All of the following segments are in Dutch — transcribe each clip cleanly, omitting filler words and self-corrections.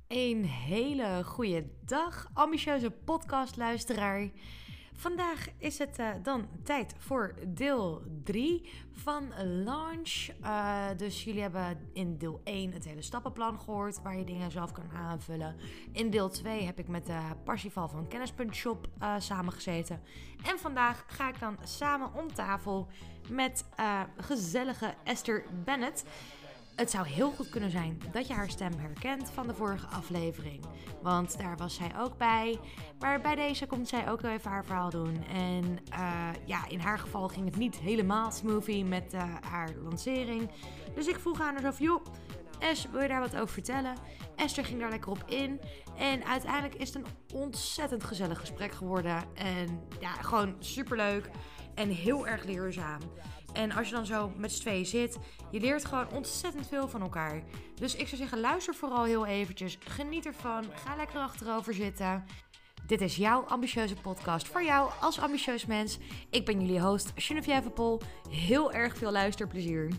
Een hele goede dag, ambitieuze podcastluisteraar. Vandaag is het dan tijd voor deel 3 van Launch. Dus jullie hebben in deel 1 het hele stappenplan gehoord, waar je dingen zelf kan aanvullen. In deel 2 heb ik met Parsifal van Kennis.shop samengezeten. En vandaag ga ik dan samen om tafel met gezellige Esther Bennett. Het zou heel goed kunnen zijn dat je haar stem herkent van de vorige aflevering. Want daar was zij ook bij. Maar bij deze komt zij ook even haar verhaal doen. En in haar geval ging het niet helemaal smoothie met haar lancering. Dus ik vroeg aan haar zo van, joh, Es, wil je daar wat over vertellen? Esther ging daar lekker op in. En uiteindelijk is het een ontzettend gezellig gesprek geworden. En ja, gewoon superleuk en heel erg leerzaam. En als je dan zo met z'n tweeën zit, je leert gewoon ontzettend veel van elkaar. Dus ik zou zeggen, luister vooral heel eventjes. Geniet ervan. Ga lekker achterover zitten. Dit is jouw ambitieuze podcast voor jou als ambitieus mens. Ik ben jullie host, Geneviève Pol. Heel erg veel luisterplezier.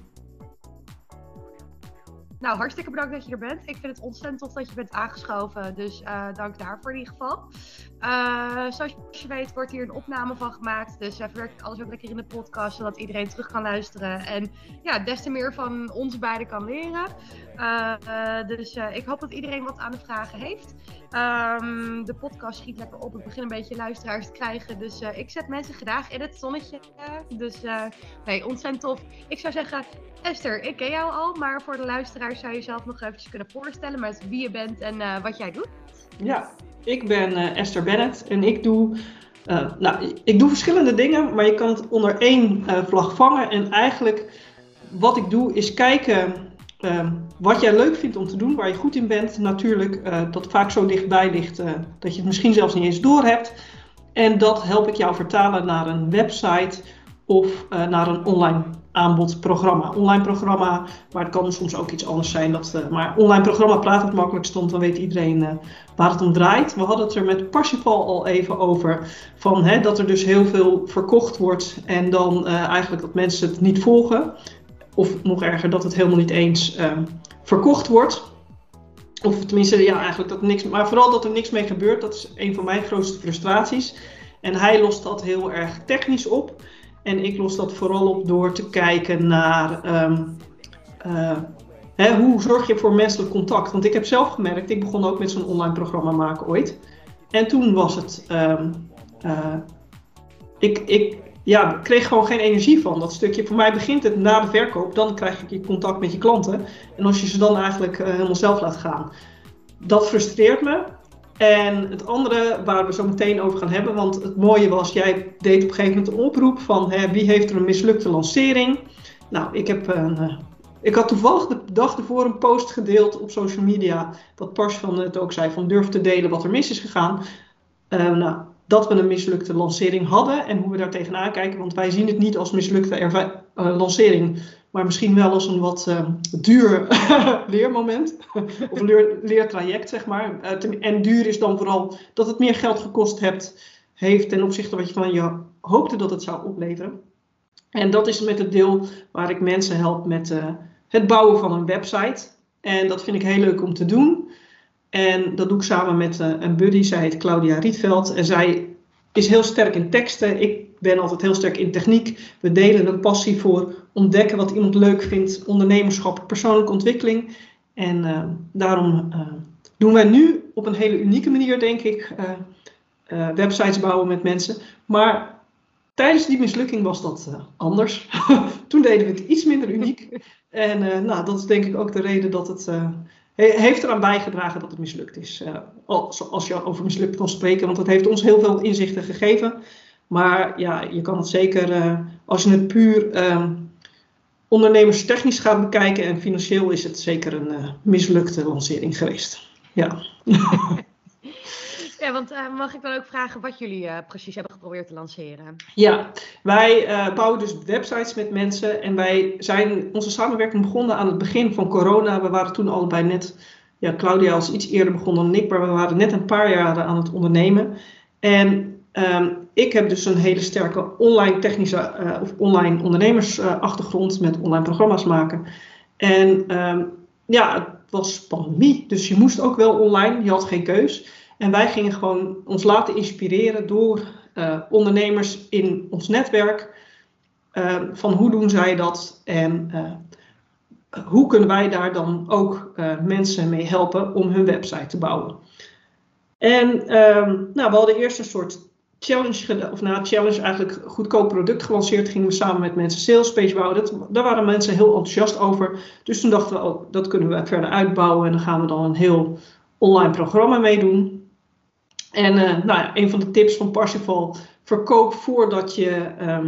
Nou, hartstikke bedankt dat je er bent. Ik vind het ontzettend tof dat je bent aangeschoven. Dus dank daarvoor in ieder geval. Zoals je weet wordt hier een opname van gemaakt. Dus verwerk ik alles ook lekker in de podcast, zodat iedereen terug kan luisteren. En ja, des te meer van ons beiden kan leren. Dus ik hoop dat iedereen wat aan de vragen heeft. De podcast schiet lekker op. Ik begin een beetje luisteraars te krijgen. Dus ik zet mensen graag in het zonnetje. Dus ontzettend tof. Ik zou zeggen, Esther, ik ken jou al. Maar voor de luisteraars zou je jezelf nog eventjes kunnen voorstellen met wie je bent en wat jij doet. Ja, ik ben Esther Bennett en ik doe verschillende dingen, maar je kan het onder één vlag vangen. En eigenlijk wat ik doe is kijken wat jij leuk vindt om te doen, waar je goed in bent. Natuurlijk dat vaak zo dichtbij ligt dat je het misschien zelfs niet eens doorhebt. En dat help ik jou vertalen naar een website of naar een online aanbodprogramma. Online programma, maar het kan soms ook iets anders zijn. Maar online programma praat het makkelijkst, want dan weet iedereen waar het om draait. We hadden het er met Parsifal al even over, van, dat er dus heel veel verkocht wordt en dan eigenlijk dat mensen het niet volgen. Of nog erger, dat het helemaal niet eens verkocht wordt. Of tenminste, ja, eigenlijk dat niks, maar vooral dat er niks mee gebeurt. Dat is een van mijn grootste frustraties. En hij lost dat heel erg technisch op. En ik los dat vooral op door te kijken naar hoe zorg je voor menselijk contact. Want ik heb zelf gemerkt, ik begon ook met zo'n online programma maken ooit. En toen was het, ik kreeg gewoon geen energie van dat stukje. Voor mij begint het na de verkoop, dan krijg je contact met je klanten. En als je ze dan eigenlijk helemaal zelf laat gaan. Dat frustreert me. En het andere waar we zo meteen over gaan hebben, want het mooie was, jij deed op een gegeven moment een oproep van wie heeft er een mislukte lancering. Nou, ik had toevallig de dag ervoor een post gedeeld op social media, dat Parsifal het ook zei, van durf te delen wat er mis is gegaan. Dat we een mislukte lancering hadden en hoe we daar tegenaan kijken, want wij zien het niet als mislukte lancering, maar misschien wel als een wat duur leermoment of leertraject, zeg maar. En duur is dan vooral dat het meer geld gekost heeft ten opzichte wat je van je hoopte dat het zou opleveren. En dat is met het deel waar ik mensen help met het bouwen van een website. En dat vind ik heel leuk om te doen. En dat doe ik samen met een buddy, zij heet Claudia Rietveld. En zij is heel sterk in teksten. Ik ben altijd heel sterk in techniek. We delen een passie voor ontdekken wat iemand leuk vindt. Ondernemerschap, persoonlijke ontwikkeling. En daarom doen wij nu op een hele unieke manier, denk ik, websites bouwen met mensen. Maar tijdens die mislukking was dat anders. Toen deden we het iets minder uniek. En dat is denk ik ook de reden dat het heeft eraan bijgedragen dat het mislukt is. Als je over mislukt kan spreken, want dat heeft ons heel veel inzichten gegeven. Maar ja, je kan het zeker, als je het puur ondernemerstechnisch gaat bekijken en financieel is het zeker een mislukte lancering geweest. Ja. Ja, want mag ik dan ook vragen wat jullie precies hebben geprobeerd te lanceren? Ja, wij bouwen dus websites met mensen en wij zijn onze samenwerking begonnen aan het begin van corona. We waren toen allebei net, Claudia was iets eerder begonnen dan ik, maar we waren net een paar jaar aan het ondernemen. En ik heb dus een hele sterke online technische of online ondernemersachtergrond met online programma's maken. En ja, het was pandemie, dus je moest ook wel online, je had geen keus. En wij gingen gewoon ons laten inspireren door ondernemers in ons netwerk. Van hoe doen zij dat en hoe kunnen wij daar dan ook mensen mee helpen om hun website te bouwen. En we hadden eerst een soort challenge eigenlijk goedkoop product gelanceerd. Gingen we samen met mensen salespage bouwen. Daar waren mensen heel enthousiast over. Dus toen dachten we, dat kunnen we verder uitbouwen. En dan gaan we dan een heel online programma meedoen. En een van de tips van Parsifal, verkoop voordat je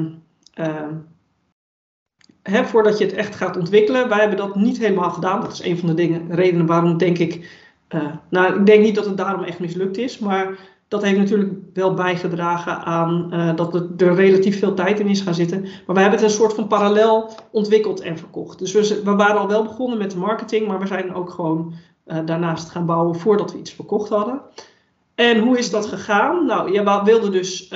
het echt gaat ontwikkelen. Wij hebben dat niet helemaal gedaan. Dat is een van de redenen waarom denk ik... ik denk niet dat het daarom echt mislukt is. Maar dat heeft natuurlijk wel bijgedragen aan dat er relatief veel tijd in is gaan zitten. Maar wij hebben het een soort van parallel ontwikkeld en verkocht. Dus we waren al wel begonnen met de marketing. Maar we zijn ook gewoon daarnaast gaan bouwen voordat we iets verkocht hadden. En hoe is dat gegaan? Nou, je wilde dus...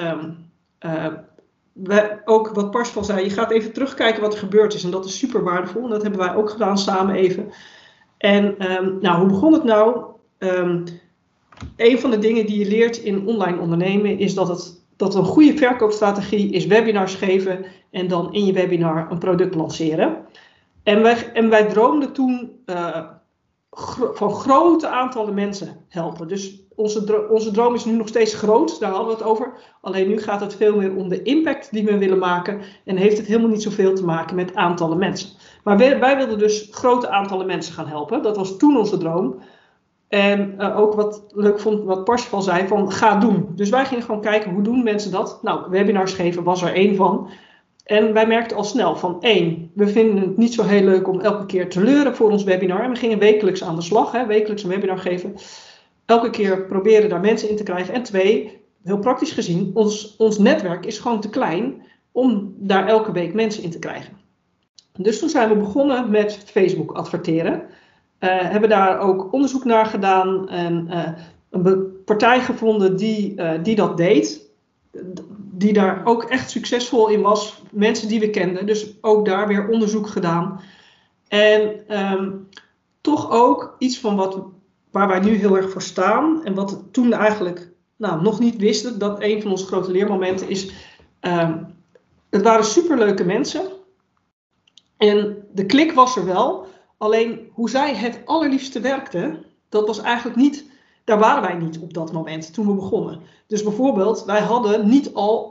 ook wat Parsifal zei, je gaat even terugkijken wat er gebeurd is. En dat is super waardevol. En dat hebben wij ook gedaan samen even. En hoe begon het nou? Een van de dingen die je leert in online ondernemen is dat een goede verkoopstrategie is webinars geven en dan in je webinar een product lanceren. En wij droomden toen van grote aantallen mensen helpen. Dus onze droom is nu nog steeds groot, daar hadden we het over. Alleen nu gaat het veel meer om de impact die we willen maken. En heeft het helemaal niet zoveel te maken met aantallen mensen. Maar wij wilden dus grote aantallen mensen gaan helpen. Dat was toen onze droom. En ook wat leuk vond, wat Parsifal zei, van ga doen. Dus wij gingen gewoon kijken, hoe doen mensen dat? Nou, webinars geven was er één van. En wij merkten al snel van 1, we vinden het niet zo heel leuk om elke keer te leuren voor ons webinar. En we gingen wekelijks aan de slag, wekelijks een webinar geven. Elke keer proberen daar mensen in te krijgen. En 2, heel praktisch gezien, ons netwerk is gewoon te klein om daar elke week mensen in te krijgen. Dus toen zijn we begonnen met Facebook adverteren. Hebben daar ook onderzoek naar gedaan en een partij gevonden die dat deed. Die daar ook echt succesvol in was. Mensen die we kenden. Dus ook daar weer onderzoek gedaan. En toch ook iets van waar wij nu heel erg voor staan. En wat we toen eigenlijk nog niet wisten. Dat een van onze grote leermomenten is. Het waren superleuke mensen. En de klik was er wel. Alleen hoe zij het allerliefste werkten. Dat was eigenlijk niet... Daar waren wij niet op dat moment toen we begonnen. Dus bijvoorbeeld, wij hadden niet al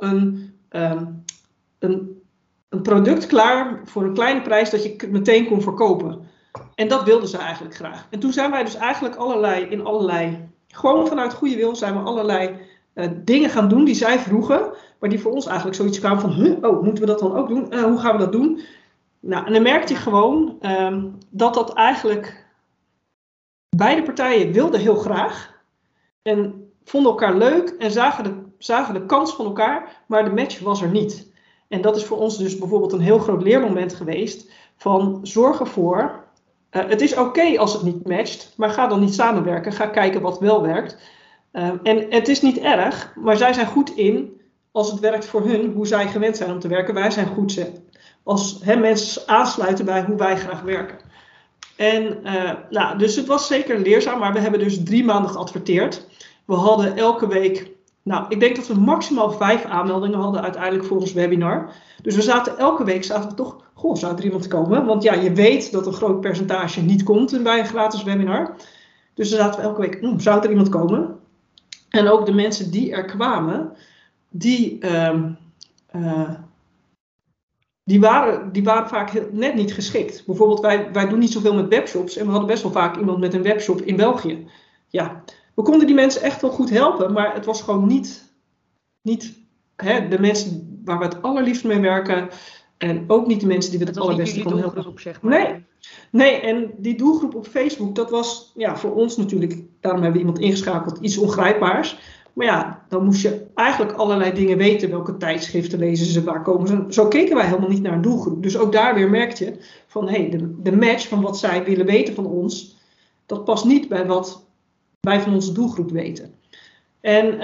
een product klaar voor een kleine prijs dat je meteen kon verkopen. En dat wilden ze eigenlijk graag. En toen zijn wij dus eigenlijk gewoon vanuit goede wil, zijn we allerlei dingen gaan doen die zij vroegen. Maar die voor ons eigenlijk zoiets kwamen van, moeten we dat dan ook doen? Hoe gaan we dat doen? Nou, en dan merkte je gewoon dat eigenlijk... Beide partijen wilden heel graag en vonden elkaar leuk en zagen de kans van elkaar, maar de match was er niet. En dat is voor ons dus bijvoorbeeld een heel groot leermoment geweest van zorg ervoor, het is oké als het niet matcht, maar ga dan niet samenwerken, ga kijken wat wel werkt. En het is niet erg, maar zij zijn goed in, als het werkt voor hun, hoe zij gewend zijn om te werken. Wij zijn goed als mensen aansluiten bij hoe wij graag werken. En dus het was zeker leerzaam, maar we hebben dus 3 maanden geadverteerd. We hadden elke week, ik denk dat we maximaal 5 aanmeldingen hadden uiteindelijk voor ons webinar. Dus we zaten elke week toch, zou er iemand komen? Want ja, je weet dat een groot percentage niet komt bij een gratis webinar. Dus dan zaten we elke week, zou er iemand komen? En ook de mensen die er kwamen, die waren vaak net niet geschikt. Bijvoorbeeld, wij doen niet zoveel met webshops. En we hadden best wel vaak iemand met een webshop in België. Ja, we konden die mensen echt wel goed helpen. Maar het was gewoon niet de mensen waar we het allerliefst mee werken. En ook niet de mensen die we het allerbeste konden helpen. Doelgroep, zeg maar. Nee, en die doelgroep op Facebook, dat was voor ons natuurlijk, daarom hebben we iemand ingeschakeld, iets ongrijpbaars. Maar ja, dan moest je eigenlijk allerlei dingen weten. Welke tijdschriften lezen ze, waar komen ze. Zo keken wij helemaal niet naar een doelgroep. Dus ook daar weer merk je van de match van wat zij willen weten van ons. Dat past niet bij wat wij van onze doelgroep weten. En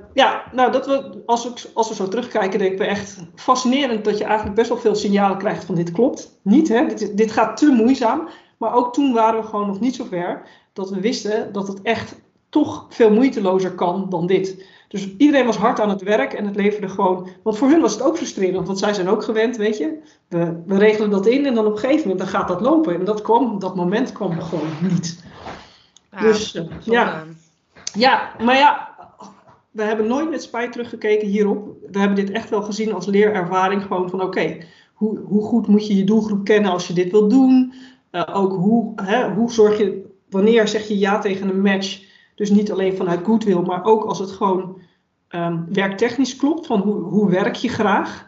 als we zo terugkijken, denken we echt fascinerend dat je eigenlijk best wel veel signalen krijgt van dit klopt niet. Dit gaat te moeizaam. Maar ook toen waren we gewoon nog niet zo ver dat we wisten dat het echt toch veel moeitelozer kan dan dit. Dus iedereen was hard aan het werk en het leverde gewoon... Want voor hun was het ook frustrerend, want zij zijn ook gewend, weet je. We regelen dat in en dan op een gegeven moment dan gaat dat lopen. En dat moment kwam gewoon niet. Ja, Dus ja, maar ja... We hebben nooit met spijt teruggekeken hierop. We hebben dit echt wel gezien als leerervaring. Gewoon van oké, hoe goed moet je je doelgroep kennen als je dit wilt doen? Ook hoe zorg je, wanneer zeg je ja tegen een match? Dus niet alleen vanuit goodwill, maar ook als het gewoon werktechnisch klopt. Van hoe werk je graag?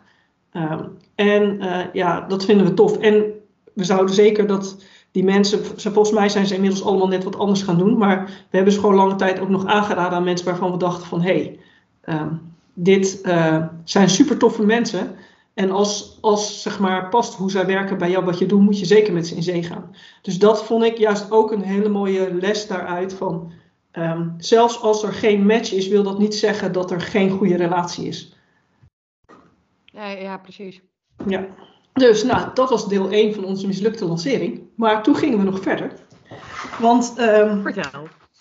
Dat vinden we tof. En we zouden zeker dat... Die mensen, volgens mij zijn ze inmiddels allemaal net wat anders gaan doen. Maar we hebben ze gewoon lange tijd ook nog aangeraden aan mensen waarvan we dachten van... dit zijn super toffe mensen. En als zeg maar past hoe zij werken bij jou wat je doet, moet je zeker met ze in zee gaan. Dus dat vond ik juist ook een hele mooie les daaruit van... zelfs als er geen match is, wil dat niet zeggen dat er geen goede relatie is. Ja, precies. Ja. Dus dat was deel 1 van onze mislukte lancering. Maar toen gingen we nog verder. Want, vertel.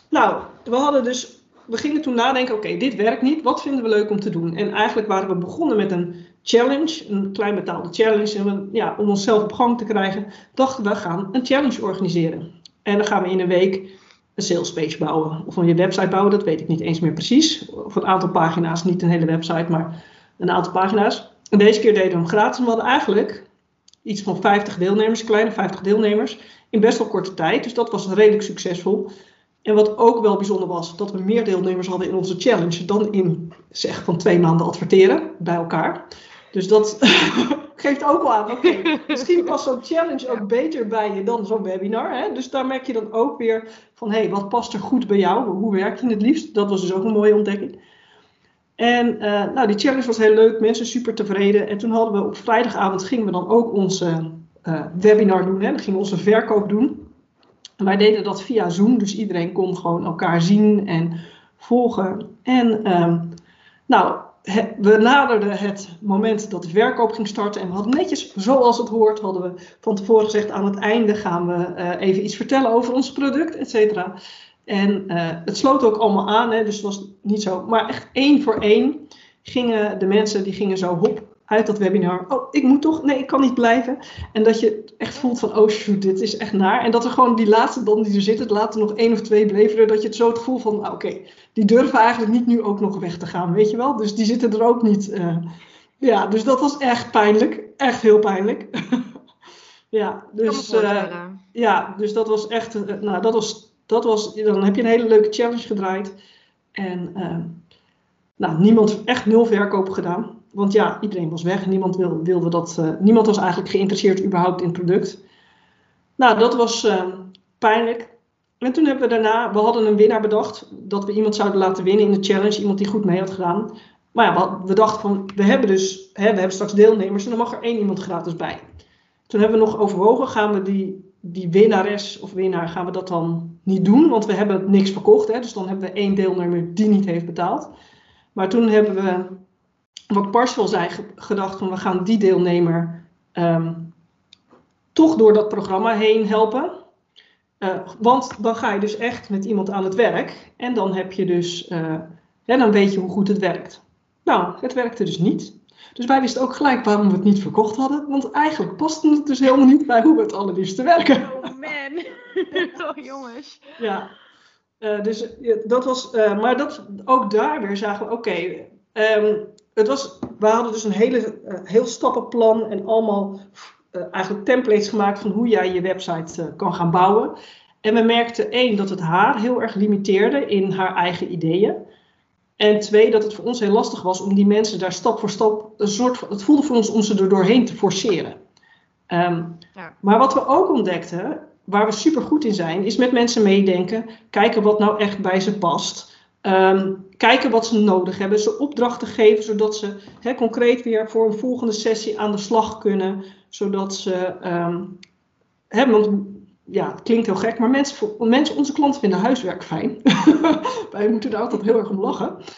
We gingen toen nadenken, oké, dit werkt niet. Wat vinden we leuk om te doen? En eigenlijk waren we begonnen met een challenge, een klein betaalde challenge. En om onszelf op gang te krijgen, dachten we gaan een challenge organiseren. En dan gaan we in een week een sales page bouwen. Of een website bouwen, dat weet ik niet eens meer precies. Of een aantal pagina's, niet een hele website, maar een aantal pagina's. En deze keer deden we hem gratis. We hadden eigenlijk iets van 50 deelnemers, kleine 50 deelnemers, in best wel korte tijd. Dus dat was redelijk succesvol. En wat ook wel bijzonder was, dat we meer deelnemers hadden in onze challenge dan in van 2 maanden adverteren bij elkaar. Dus dat geeft ook wel aan, oké, misschien past zo'n challenge ook beter bij je dan zo'n webinar. Hè? Dus daar merk je dan ook weer van, wat past er goed bij jou? Hoe werk je het liefst? Dat was dus ook een mooie ontdekking. En die challenge was heel leuk, mensen super tevreden. En toen hadden we op vrijdagavond gingen we dan ook onze webinar doen. Hè? Dan gingen we onze verkoop doen. En wij deden dat via Zoom, dus iedereen kon gewoon elkaar zien en volgen. En we naderden het moment dat de verkoop ging starten. En we hadden netjes, zoals het hoort, hadden we van tevoren gezegd... aan het einde gaan we even iets vertellen over ons product, et cetera. En het sloot ook allemaal aan, hè, dus het was niet zo. Maar echt 1 voor 1 gingen de mensen, die gingen zo hop uit dat webinar. Oh, ik moet toch? Nee, ik kan niet blijven. En dat je echt voelt van, oh shoot, dit is echt naar. En dat er gewoon die laatste dan die er zitten, later nog 1 of 2 bleven er. Dat je het zo het gevoel van, oké, die durven eigenlijk niet nu ook nog weg te gaan, weet je wel. Dus die zitten er ook niet. Dus dat was echt pijnlijk. Echt heel pijnlijk. Dus dat was echt, dat was, dan heb je een hele leuke challenge gedraaid. En echt 0 verkoop gedaan. Want iedereen was weg. Niemand wilde dat. Niemand was eigenlijk geïnteresseerd überhaupt in het product. Dat was pijnlijk. En toen hebben we daarna, we hadden een winnaar bedacht. Dat we iemand zouden laten winnen in de challenge. Iemand die goed mee had gedaan. Maar we dachten van, we hebben straks deelnemers. En dan mag er 1 iemand gratis bij. Toen hebben we nog overwogen, gaan we die winnares of winnaar, gaan we dat dan niet doen, want we hebben niks verkocht. Hè? Dus dan hebben we 1 deelnemer die niet heeft betaald. Maar toen hebben we, wat Parcel zei, gedacht van we gaan die deelnemer toch door dat programma heen helpen. Want dan ga je dus echt met iemand aan het werk en dan heb je dus, dan weet je hoe goed het werkt. Het werkte dus niet. Dus wij wisten ook gelijk waarom we het niet verkocht hadden. Want eigenlijk paste het dus helemaal niet bij hoe we het allerliefste werken. Oh man. Oh jongens. Ja. Dat was... maar ook daar weer zagen we... Oké, we hadden dus een heel stappenplan. En allemaal eigenlijk templates gemaakt van hoe jij je website kan gaan bouwen. En we merkten dat het haar heel erg limiteerde in haar eigen ideeën. En 2, dat het voor ons heel lastig was om die mensen daar stap voor stap, het voelde voor ons om ze er doorheen te forceren. Maar wat we ook ontdekten, waar we super goed in zijn, is met mensen meedenken, kijken wat nou echt bij ze past. Kijken wat ze nodig hebben, ze opdrachten geven, zodat ze concreet weer voor een volgende sessie aan de slag kunnen. Zodat ze, het klinkt heel gek, maar onze klanten vinden huiswerk fijn. Wij moeten daar altijd heel erg om lachen.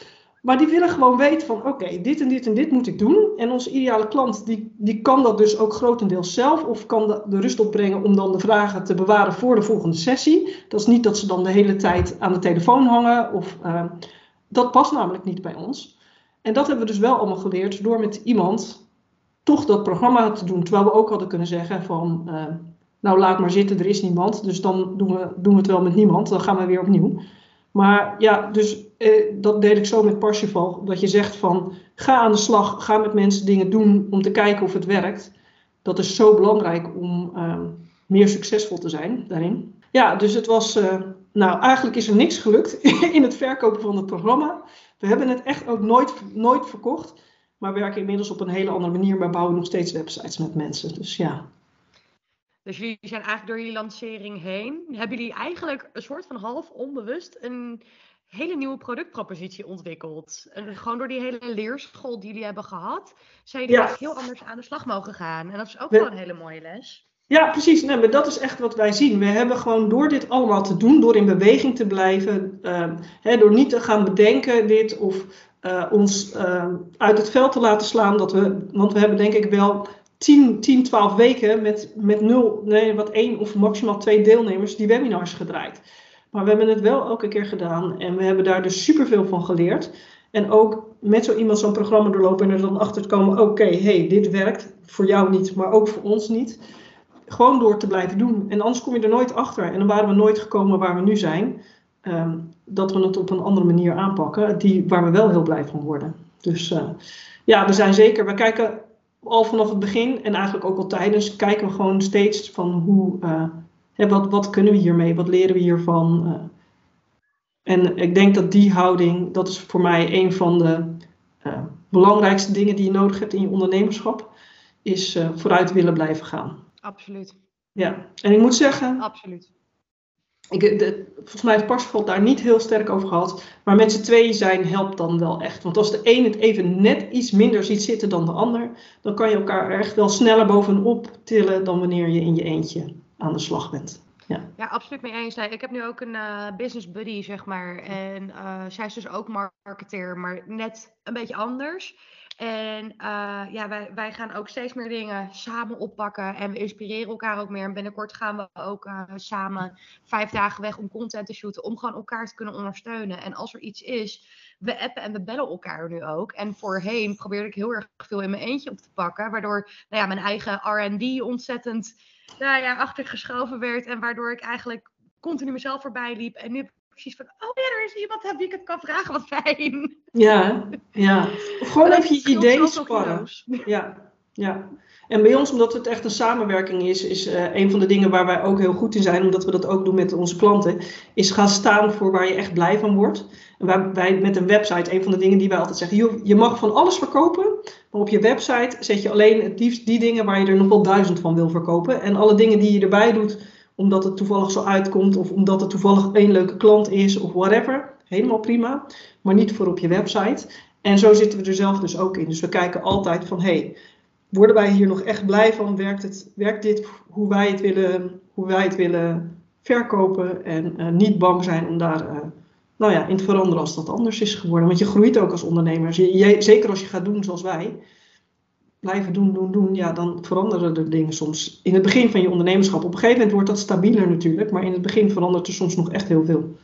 Maar die willen gewoon weten van oké, dit en dit en dit moet ik doen. En onze ideale klant die kan dat dus ook grotendeels zelf. Of kan de rust opbrengen om dan de vragen te bewaren voor de volgende sessie. Dat is niet dat ze dan de hele tijd aan de telefoon hangen. Dat past namelijk niet bij ons. En dat hebben we dus wel allemaal geleerd door met iemand toch dat programma te doen. Terwijl we ook hadden kunnen zeggen van nou laat maar zitten, er is niemand. Dus dan doen we het wel met niemand. Dan gaan we weer opnieuw. Maar ja, dus dat deed ik zo met Parsifal. Dat je zegt van, ga aan de slag, ga met mensen dingen doen om te kijken of het werkt. Dat is zo belangrijk om meer succesvol te zijn daarin. Ja, dus het was, eigenlijk is er niks gelukt in het verkopen van het programma. We hebben het echt ook nooit verkocht. Maar werken inmiddels op een hele andere manier. Maar bouwen nog steeds websites met mensen. Dus ja. Dus jullie zijn eigenlijk door jullie lancering heen, hebben jullie eigenlijk een soort van half onbewust een hele nieuwe productpropositie ontwikkeld. En gewoon door die hele leerschool die jullie hebben gehad, zijn jullie echt heel anders aan de slag mogen gaan. En dat is ook wel een hele mooie les. Ja, precies. Nee, maar dat is echt wat wij zien. We hebben gewoon door dit allemaal te doen, door in beweging te blijven, door niet te gaan bedenken dit of ons uit het veld te laten slaan. Want we hebben denk ik wel 10, 12 weken met 1 of maximaal 2 deelnemers die webinars gedraaid. Maar we hebben het wel elke keer gedaan en we hebben daar dus superveel van geleerd. En ook met zo iemand zo'n programma doorlopen en er dan achter te komen, oké, dit werkt voor jou niet, maar ook voor ons niet. Gewoon door te blijven doen. En anders kom je er nooit achter. En dan waren we nooit gekomen waar we nu zijn. Dat we het op een andere manier aanpakken, waar we wel heel blij van worden. Dus we zijn zeker, we kijken al vanaf het begin en eigenlijk ook al tijdens, kijken we gewoon steeds van wat kunnen we hiermee, wat leren we hiervan. En ik denk dat die houding, dat is voor mij een van de belangrijkste dingen die je nodig hebt in je ondernemerschap, is vooruit willen blijven gaan. Absoluut. Ja, en ik moet zeggen, absoluut. Volgens mij heeft Parsifal daar niet heel sterk over gehad. Maar met z'n tweeën zijn helpt dan wel echt. Want als de een het even net iets minder ziet zitten dan de ander, dan kan je elkaar echt wel sneller bovenop tillen dan wanneer je in je eentje aan de slag bent. Ja, absoluut mee eens. Ik heb nu ook een business buddy, zeg maar. En zij is dus ook marketeer, maar net een beetje anders. En wij gaan ook steeds meer dingen samen oppakken en we inspireren elkaar ook meer. En binnenkort gaan we ook samen 5 dagen weg om content te shooten, om gewoon elkaar te kunnen ondersteunen. En als er iets is, we appen en we bellen elkaar nu ook. En voorheen probeerde ik heel erg veel in mijn eentje op te pakken, waardoor mijn eigen R&D ontzettend achtergeschoven werd en waardoor ik eigenlijk continu mezelf voorbij liep. En nu precies van, er is iemand aan wie ik het kan vragen, wat fijn. Ja. Of gewoon even je ideeën sparren. Ja. En bij ons, omdat het echt een samenwerking is een van de dingen waar wij ook heel goed in zijn, omdat we dat ook doen met onze klanten, is gaan staan voor waar je echt blij van wordt. En wij met een website, een van de dingen die wij altijd zeggen, je mag van alles verkopen, maar op je website zet je alleen het liefst die dingen waar je er nog wel 1000 van wil verkopen. En alle dingen die je erbij doet, omdat het toevallig zo uitkomt of omdat het toevallig een leuke klant is of whatever, helemaal prima, maar niet voor op je website. En zo zitten we er zelf dus ook in. Dus we kijken altijd van, worden wij hier nog echt blij van? Werkt dit hoe wij het willen verkopen? En niet bang zijn om daar in te veranderen als dat anders is geworden. Want je groeit ook als ondernemer. Zeker als je gaat doen zoals wij. Blijven doen. Ja, dan veranderen er dingen soms. In het begin van je ondernemerschap. Op een gegeven moment wordt dat stabieler natuurlijk. Maar in het begin verandert er soms nog echt heel veel.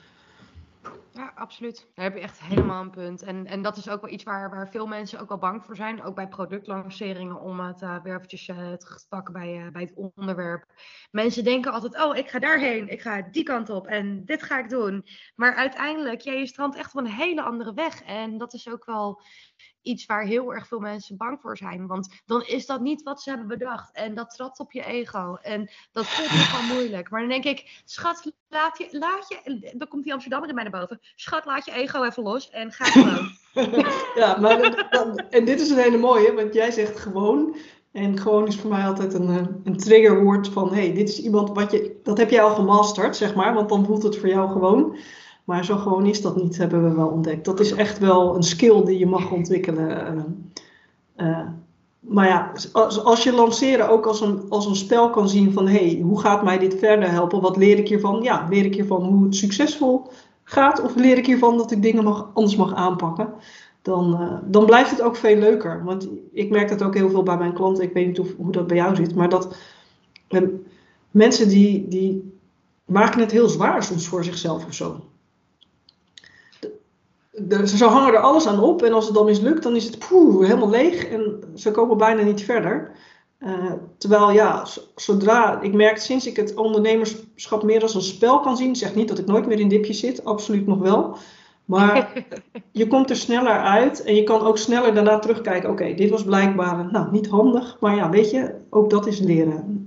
Ja, absoluut. Daar heb je echt helemaal een punt. En dat is ook wel iets waar veel mensen ook wel bang voor zijn. Ook bij productlanceringen, om het weer eventjes terug te pakken bij het onderwerp. Mensen denken altijd, ik ga daarheen, ik ga die kant op en dit ga ik doen. Maar uiteindelijk, je strandt echt op een hele andere weg. En dat is ook wel iets waar heel erg veel mensen bang voor zijn. Want dan is dat niet wat ze hebben bedacht. En dat trapt op je ego. En dat voelt nogal moeilijk. Maar dan denk ik, schat, laat je, dan komt die Amsterdammer in mij naar boven. Schat, laat je ego even los en ga gewoon. Ja, maar en dit is een hele mooie, want jij zegt gewoon. En gewoon is voor mij altijd een triggerwoord van, dit is iemand dat heb jij al gemasterd, zeg maar. Want dan voelt het voor jou gewoon. Maar zo gewoon is dat niet, hebben we wel ontdekt. Dat is echt wel een skill die je mag ontwikkelen. Maar ja, als je lanceren ook als een spel kan zien van, hoe gaat mij dit verder helpen? Wat leer ik hiervan? Ja, leer ik hiervan hoe het succesvol gaat? Of leer ik hiervan dat ik dingen anders mag aanpakken? dan blijft het ook veel leuker. Want ik merk dat ook heel veel bij mijn klanten. Ik weet niet hoe dat bij jou zit. Maar dat mensen die maken het heel zwaar soms voor zichzelf of zo. Ze hangen er alles aan op. En als het dan mislukt, dan is het helemaal leeg. En ze komen bijna niet verder. Terwijl ik merk sinds ik het ondernemerschap meer als een spel kan zien. Zeg niet dat ik nooit meer in dipjes zit. Absoluut nog wel. Maar je komt er sneller uit en je kan ook sneller daarna terugkijken. Oké, dit was blijkbaar niet handig. Maar ja, weet je, ook dat is leren.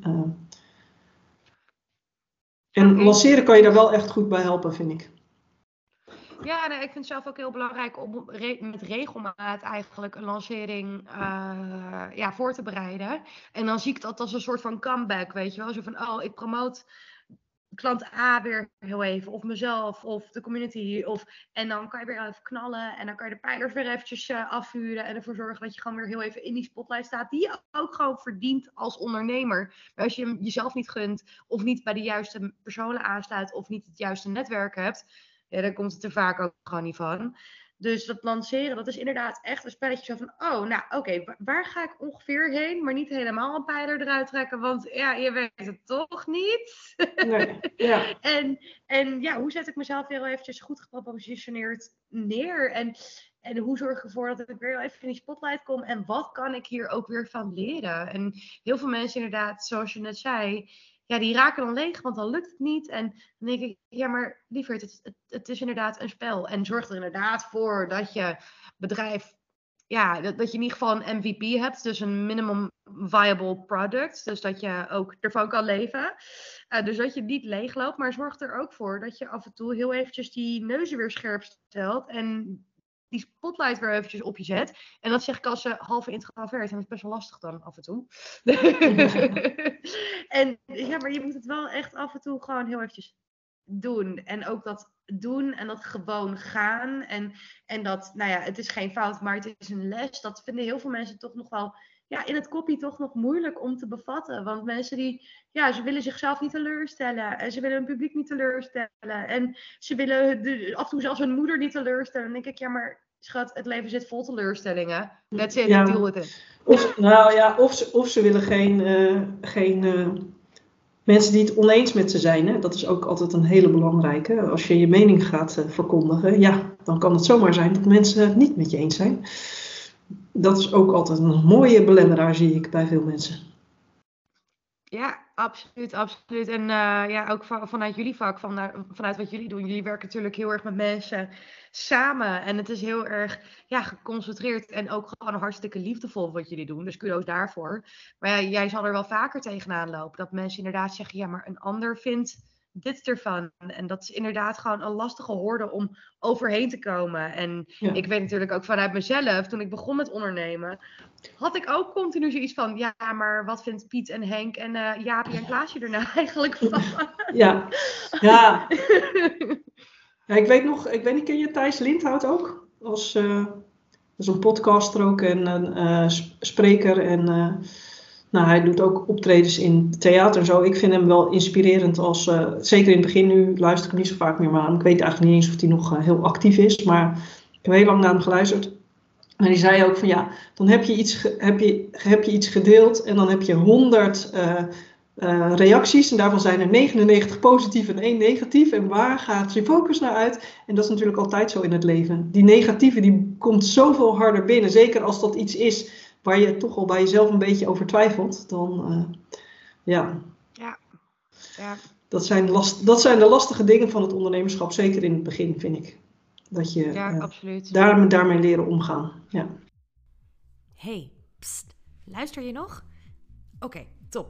En lanceren kan je daar wel echt goed bij helpen, vind ik. Ja, ik vind het zelf ook heel belangrijk om met regelmaat eigenlijk een lancering voor te bereiden. En dan zie ik dat als een soort van comeback, weet je wel. Zo van, ik promoot klant A weer heel even, of mezelf, of de community. En dan kan je weer even knallen en dan kan je de pijlers weer eventjes afvuren en ervoor zorgen dat je gewoon weer heel even in die spotlight staat, die je ook gewoon verdient als ondernemer. Maar als je jezelf niet gunt, of niet bij de juiste personen aansluit, of niet het juiste netwerk hebt, dan komt het er vaak ook gewoon niet van. Dus dat lanceren, dat is inderdaad echt een spelletje zo van, waar ga ik ongeveer heen? Maar niet helemaal een pijler eruit trekken, want je weet het toch niet. Nee, ja. En hoe zet ik mezelf weer eventjes goed gepositioneerd neer? En hoe zorg ik ervoor dat ik weer even in die spotlight kom? En wat kan ik hier ook weer van leren? En heel veel mensen inderdaad, zoals je net zei, die raken dan leeg, want dan lukt het niet. En dan denk ik, maar lieverd, het is inderdaad een spel. En zorg er inderdaad voor dat je bedrijf, dat je in ieder geval een MVP hebt. Dus een minimum viable product. Dus dat je ook ervan kan leven. Dus dat je niet leeg loopt. Maar zorg er ook voor dat je af en toe heel eventjes die neuzen weer scherp stelt. En die spotlight weer eventjes op je zet. En dat zeg ik als halve introvert. En dat is best wel lastig dan af en toe. En maar je moet het wel echt af en toe gewoon heel eventjes doen. En ook dat doen en dat gewoon gaan. En dat, het is geen fout, maar het is een les. Dat vinden heel veel mensen toch nog wel in het kopie toch nog moeilijk om te bevatten. Want mensen ze willen zichzelf niet teleurstellen. En ze willen hun publiek niet teleurstellen. En ze willen af en toe zelfs hun moeder niet teleurstellen. Dan denk ik, maar schat, het leven zit vol teleurstellingen. That's it, deal with it. Of ze willen geen mensen die het oneens met ze zijn. Hè? Dat is ook altijd een hele belangrijke. Als je je mening gaat verkondigen, dan kan het zomaar zijn dat mensen het niet met je eens zijn. Dat is ook altijd een mooie belemmeraar, zie ik bij veel mensen. Ja, absoluut. En ook vanuit jullie vak, vanuit wat jullie doen. Jullie werken natuurlijk heel erg met mensen samen. En het is heel erg geconcentreerd en ook gewoon hartstikke liefdevol wat jullie doen. Dus kudos daarvoor. Maar jij zal er wel vaker tegenaan lopen. Dat mensen inderdaad zeggen, maar een ander vindt dit ervan. En dat is inderdaad gewoon een lastige horde om overheen te komen. En ik weet natuurlijk ook vanuit mezelf, toen ik begon met ondernemen, had ik ook continu zoiets van, maar wat vindt Piet en Henk en Jaapie en Klaasje er nou eigenlijk van? Ja. Ik weet niet, ken je Thijs Lindhout ook? Als een podcaster ook en spreker en hij doet ook optredens in theater en zo. Ik vind hem wel inspirerend zeker in het begin. Nu luister ik hem niet zo vaak meer naar hem. Ik weet eigenlijk niet eens of hij nog heel actief is. Maar ik heb heel lang naar hem geluisterd. En die zei ook van dan heb je iets gedeeld en dan heb je 100 reacties. En daarvan zijn er 99 positief en 1 negatief. En waar gaat je focus naar uit? En dat is natuurlijk altijd zo in het leven. Die negatieve die komt zoveel harder binnen. Zeker als dat iets is waar je toch al bij jezelf een beetje over twijfelt, dan dat zijn de lastige dingen van het ondernemerschap, zeker in het begin, vind ik. Dat je absoluut. daarmee leren omgaan. Ja. Hey, pst, luister je nog? Oké, top.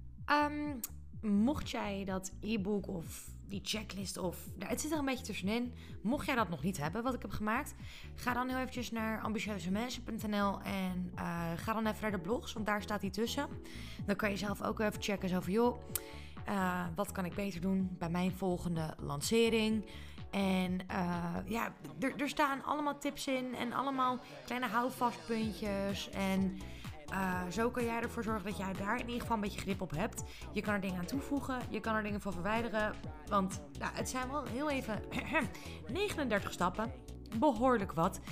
Mocht jij dat e-book of die checklist het zit er een beetje tussenin. Mocht jij dat nog niet hebben, wat ik heb gemaakt, ga dan heel eventjes naar ambitieuzemensen.nl en ga dan even naar de blogs, want daar staat die tussen. Dan kan je zelf ook even checken, zo van wat kan ik beter doen bij mijn volgende lancering. En er staan allemaal tips in en allemaal kleine houvastpuntjes en zo kan jij ervoor zorgen dat jij daar in ieder geval een beetje grip op hebt. Je kan er dingen aan toevoegen, je kan er dingen van verwijderen. Want het zijn wel heel even 39 stappen, behoorlijk wat.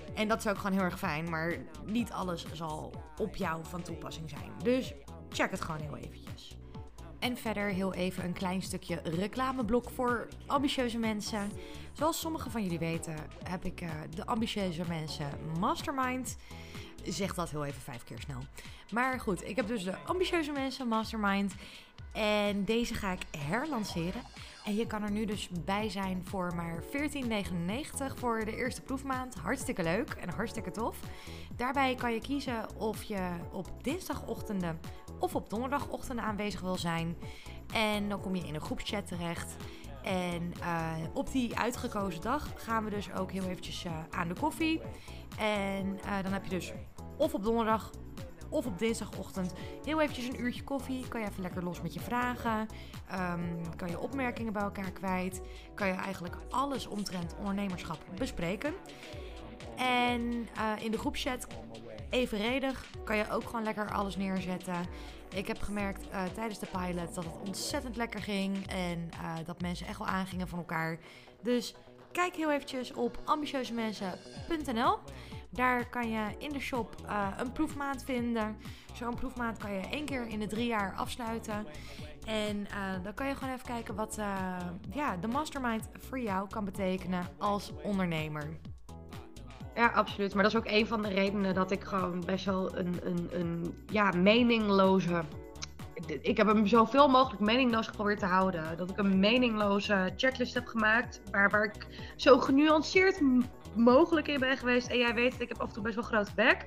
En dat is ook gewoon heel erg fijn, maar niet alles zal op jou van toepassing zijn. Dus check het gewoon heel eventjes. En verder heel even een klein stukje reclameblok voor ambitieuze mensen. Zoals sommigen van jullie weten heb ik de Ambitieuze Mensen Mastermind. Zeg dat heel even 5 keer snel. Maar goed, ik heb dus de Ambitieuze Mensen Mastermind. En deze ga ik herlanceren. En je kan er nu dus bij zijn voor maar €14,99 voor de eerste proefmaand. Hartstikke leuk en hartstikke tof. Daarbij kan je kiezen of je op dinsdagochtenden of op donderdagochtenden aanwezig wil zijn. En dan kom je in een groepschat terecht. En op die uitgekozen dag gaan we dus ook heel eventjes aan de koffie. En dan heb je dus of op donderdag of op dinsdagochtend heel eventjes een uurtje koffie. Kan je even lekker los met je vragen. Kan je opmerkingen bij elkaar kwijt. Kan je eigenlijk alles omtrent ondernemerschap bespreken. En in de groepchat evenredig kan je ook gewoon lekker alles neerzetten. Ik heb gemerkt tijdens de pilot dat het ontzettend lekker ging. En dat mensen echt wel aangingen van elkaar. Dus kijk heel eventjes op ambitieuzemensen.nl. Daar kan je in de shop een proefmaand vinden. Zo'n proefmaand kan je 1 keer in de 3 jaar afsluiten. En dan kan je gewoon even kijken wat de mastermind voor jou kan betekenen als ondernemer. Ja, absoluut. Maar dat is ook een van de redenen dat ik gewoon best wel een meningloze... Ik heb hem zoveel mogelijk meningloos geprobeerd te houden. Dat ik een meningloze checklist heb gemaakt. Waar ik zo genuanceerd mogelijk in ben geweest. En jij weet, ik heb af en toe best wel een grote bek.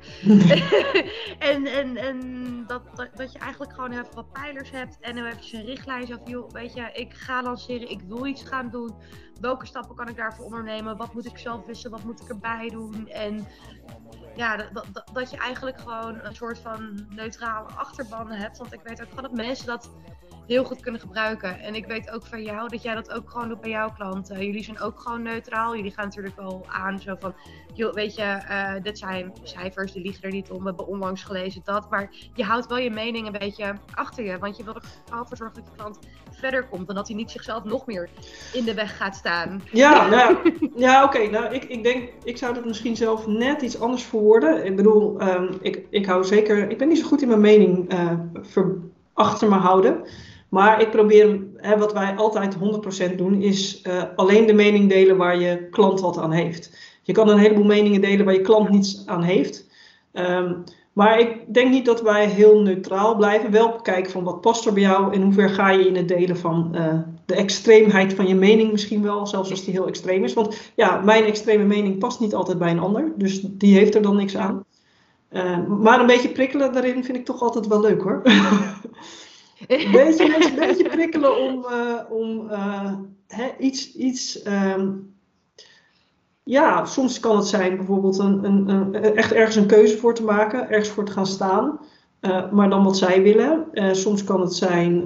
en dat je eigenlijk gewoon even wat pijlers hebt. En dan even een richtlijn. Zo van, joh, weet je, ik ga lanceren. Ik wil iets gaan doen. Welke stappen kan ik daarvoor ondernemen? Wat moet ik zelf wisselen? Wat moet ik erbij doen? En ja, dat je eigenlijk gewoon een soort van neutrale achterban hebt. Want ik weet ook gewoon dat mensen dat heel goed kunnen gebruiken. En ik weet ook van jou dat jij dat ook gewoon doet bij jouw klanten. Jullie zijn ook gewoon neutraal. Jullie gaan natuurlijk wel aan zo van, joh, weet je, dit zijn cijfers, die liegen er niet om. We hebben onlangs gelezen dat. Maar je houdt wel je mening een beetje achter je. Want je wil er vooral voor zorgen dat je klant verder komt. En dat hij niet zichzelf nog meer in de weg gaat staan. Oké. Nou, ik denk, ik zou dat misschien zelf net iets anders verwoorden. Ik bedoel, ik ben niet zo goed in mijn mening achter me houden. Maar ik probeer, wat wij altijd 100% doen, is alleen de mening delen waar je klant wat aan heeft. Je kan een heleboel meningen delen waar je klant niets aan heeft. Maar ik denk niet dat wij heel neutraal blijven. Wel kijken van wat past er bij jou en hoe ver ga je in het delen van de extreemheid van je mening misschien wel. Zelfs als die heel extreem is. Want ja, mijn extreme mening past niet altijd bij een ander. Dus die heeft er dan niks aan. Maar een beetje prikkelen daarin vind ik toch altijd wel leuk hoor. Een beetje prikkelen om iets. Soms kan het zijn bijvoorbeeld echt ergens een keuze voor te maken, ergens voor te gaan staan, maar dan wat zij willen. Soms kan het zijn,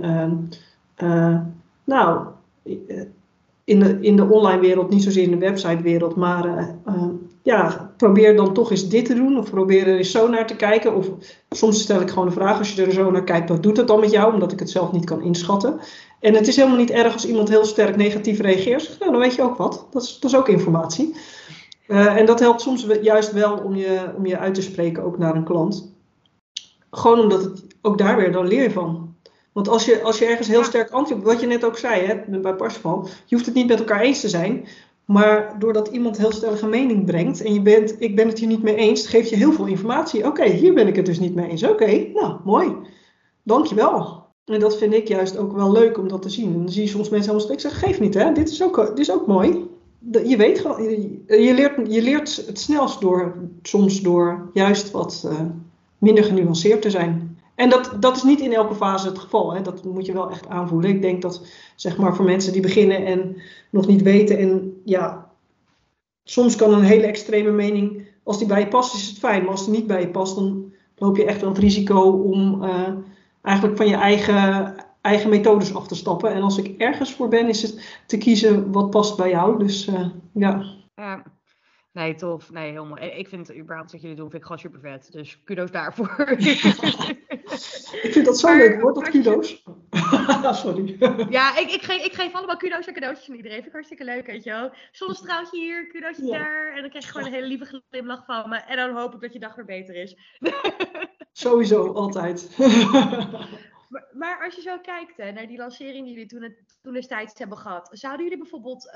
in de online wereld, niet zozeer in de websitewereld, maar probeer dan toch eens dit te doen of probeer er eens zo naar te kijken. Of soms stel ik gewoon de vraag, als je er zo naar kijkt, wat doet het dan met jou? Omdat ik het zelf niet kan inschatten. En het is helemaal niet erg als iemand heel sterk negatief reageert. Nou, dan weet je ook wat. Dat is ook informatie. En dat helpt soms juist wel om je uit te spreken ook naar een klant. Gewoon omdat het ook daar weer, dan leer je van. Want als je ergens heel sterk antwoordt, wat je net ook zei bij Parsifal, je hoeft het niet met elkaar eens te zijn. Maar doordat iemand heel stellige mening brengt en ik ben het hier niet mee eens, geeft je heel veel informatie. Oké, hier ben ik het dus niet mee eens. Oké, nou mooi. Dankjewel. En dat vind ik juist ook wel leuk om dat te zien. En dan zie je soms mensen helemaal, ik zeg, geef niet hè, dit is ook mooi. Je weet gewoon, je leert het snelst soms door juist wat minder genuanceerd te zijn. En dat is niet in elke fase het geval. Hè. Dat moet je wel echt aanvoelen. Ik denk dat, zeg maar, voor mensen die beginnen en nog niet weten. En ja, soms kan een hele extreme mening, als die bij je past, is het fijn. Maar als die niet bij je past, dan loop je echt wel het risico om eigenlijk van je eigen methodes af te stappen. En als ik ergens voor ben, is het te kiezen wat past bij jou. Dus ja. Nee, tof. Nee, heel mooi. Ik vind überhaupt wat jullie doen, vind ik gewoon super vet. Dus kudo's daarvoor. Ik vind dat zo Maar leuk hoor, dat als je- kudo's. Sorry. Ja, ik geef allemaal kudo's en cadeautjes aan iedereen. Vind ik hartstikke leuk, weet je wel. Zonnestraaltje hier, kudootje Ja. daar. En dan krijg je gewoon een hele lieve glimlach van me. En dan hoop ik dat je dag weer beter is. Sowieso, altijd. Maar als je zo kijkt hè, naar die lancering die jullie toen destijds hebben gehad. Zouden jullie bijvoorbeeld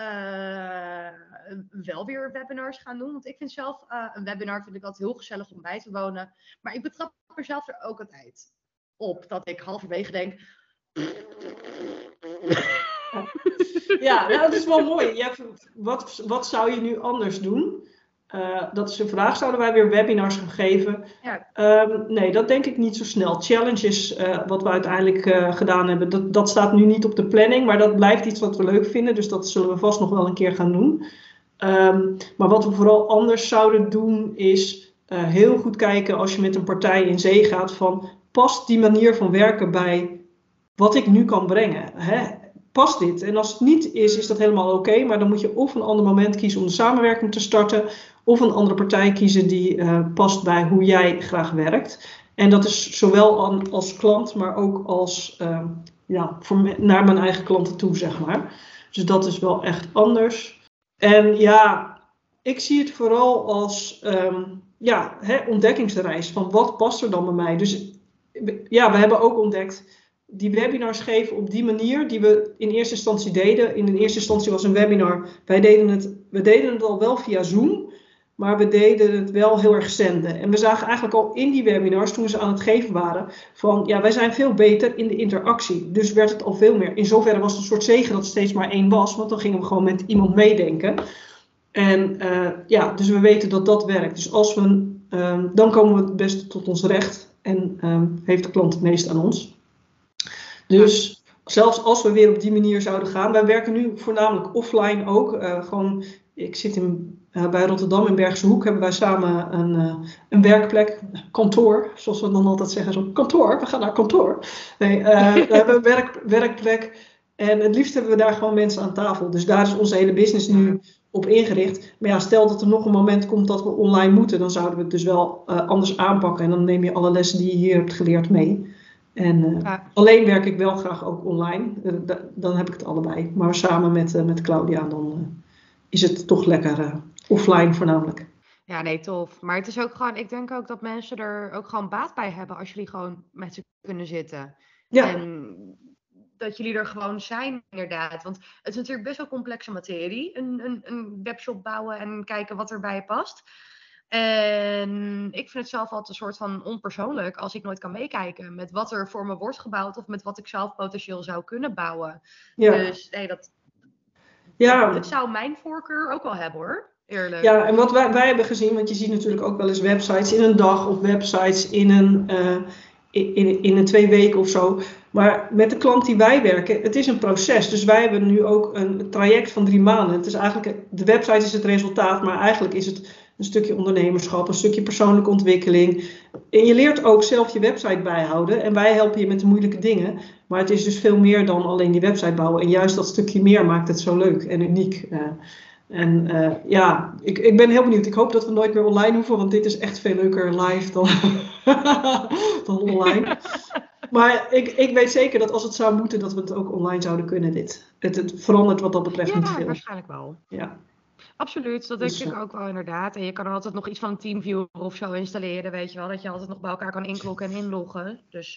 wel weer webinars gaan doen? Want ik vind zelf een webinar vind ik altijd heel gezellig om bij te wonen. Maar ik betrap mezelf er ook altijd op. Dat ik halverwege denk... Ja, nou, dat is wel mooi. Ja, wat zou je nu anders doen? Dat is een vraag. Zouden wij weer webinars gaan geven? Ja. Nee, dat denk ik niet zo snel. Challenges, wat we uiteindelijk gedaan hebben, dat staat nu niet op de planning. Maar dat blijft iets wat we leuk vinden. Dus dat zullen we vast nog wel een keer gaan doen. Maar wat we vooral anders zouden doen is heel goed kijken als je met een partij in zee gaat van... Past die manier van werken bij wat ik nu kan brengen? Hè? Past dit? En als het niet is, is dat helemaal oké. Maar dan moet je of een ander moment kiezen om de samenwerking te starten. Of een andere partij kiezen die past bij hoe jij graag werkt. En dat is zowel als klant, maar ook als naar mijn eigen klanten toe, zeg maar. Dus dat is wel echt anders. En ja, ik zie het vooral als ontdekkingsreis. Van wat past er dan bij mij? Dus ja, we hebben ook ontdekt... Die webinars geven op die manier die we in eerste instantie deden. In de eerste instantie was een webinar. We deden het al wel via Zoom. Maar we deden het wel heel erg zenden. En we zagen eigenlijk al in die webinars, toen ze aan het geven waren, van ja, wij zijn veel beter in de interactie. Dus werd het al veel meer. In zoverre was het een soort zegen dat het steeds maar één was. Want dan gingen we gewoon met iemand meedenken. En dus we weten dat dat werkt. Dus als we, dan komen we het beste tot ons recht. En heeft de klant het meest aan ons. Dus zelfs als we weer op die manier zouden gaan. Wij werken nu voornamelijk offline ook. Ik zit bij Rotterdam in Bergse Hoek. Hebben wij samen een werkplek. Kantoor, zoals we dan altijd zeggen. Zo, kantoor, we gaan naar kantoor. Nee, we hebben een werkplek. En het liefst hebben we daar gewoon mensen aan tafel. Dus daar is onze hele business nu op ingericht. Maar ja, stel dat er nog een moment komt dat we online moeten. Dan zouden we het dus wel anders aanpakken. En dan neem je alle lessen die je hier hebt geleerd mee. En alleen werk ik wel graag ook online. Dan heb ik het allebei. Maar samen met Claudia, dan is het toch lekker offline voornamelijk. Ja, nee, tof. Maar het is ook gewoon, ik denk ook dat mensen er ook gewoon baat bij hebben als jullie gewoon met ze kunnen zitten. Ja. En dat jullie er gewoon zijn, inderdaad. Want het is natuurlijk best wel complexe materie. Een webshop bouwen en kijken wat er bij je past. En ik vind het zelf altijd een soort van onpersoonlijk als ik nooit kan meekijken met wat er voor me wordt gebouwd of met wat ik zelf potentieel zou kunnen bouwen. Ja. Dus nee, het zou mijn voorkeur ook wel hebben hoor. Eerlijk. Ja, en wat wij hebben gezien, want je ziet natuurlijk ook wel eens websites in een dag of websites in een 2 weken of zo. Maar met de klant die wij werken, het is een proces. Dus wij hebben nu ook een traject van 3 maanden. Het is eigenlijk, de website is het resultaat, maar eigenlijk is het een stukje ondernemerschap, een stukje persoonlijke ontwikkeling. En je leert ook zelf je website bijhouden. En wij helpen je met de moeilijke dingen. Maar het is dus veel meer dan alleen die website bouwen. En juist dat stukje meer maakt het zo leuk en uniek. Ik ben heel benieuwd. Ik hoop dat we nooit meer online hoeven, want dit is echt veel leuker live dan online. Maar ik weet zeker dat als het zou moeten, dat we het ook online zouden kunnen. Het verandert wat dat betreft niet veel. Ja, waarschijnlijk wel. Ja. Absoluut, dat denk ik ook wel inderdaad. En je kan er altijd nog iets van een TeamViewer of zo installeren, weet je wel. Dat je altijd nog bij elkaar kan inklokken en inloggen. Dus,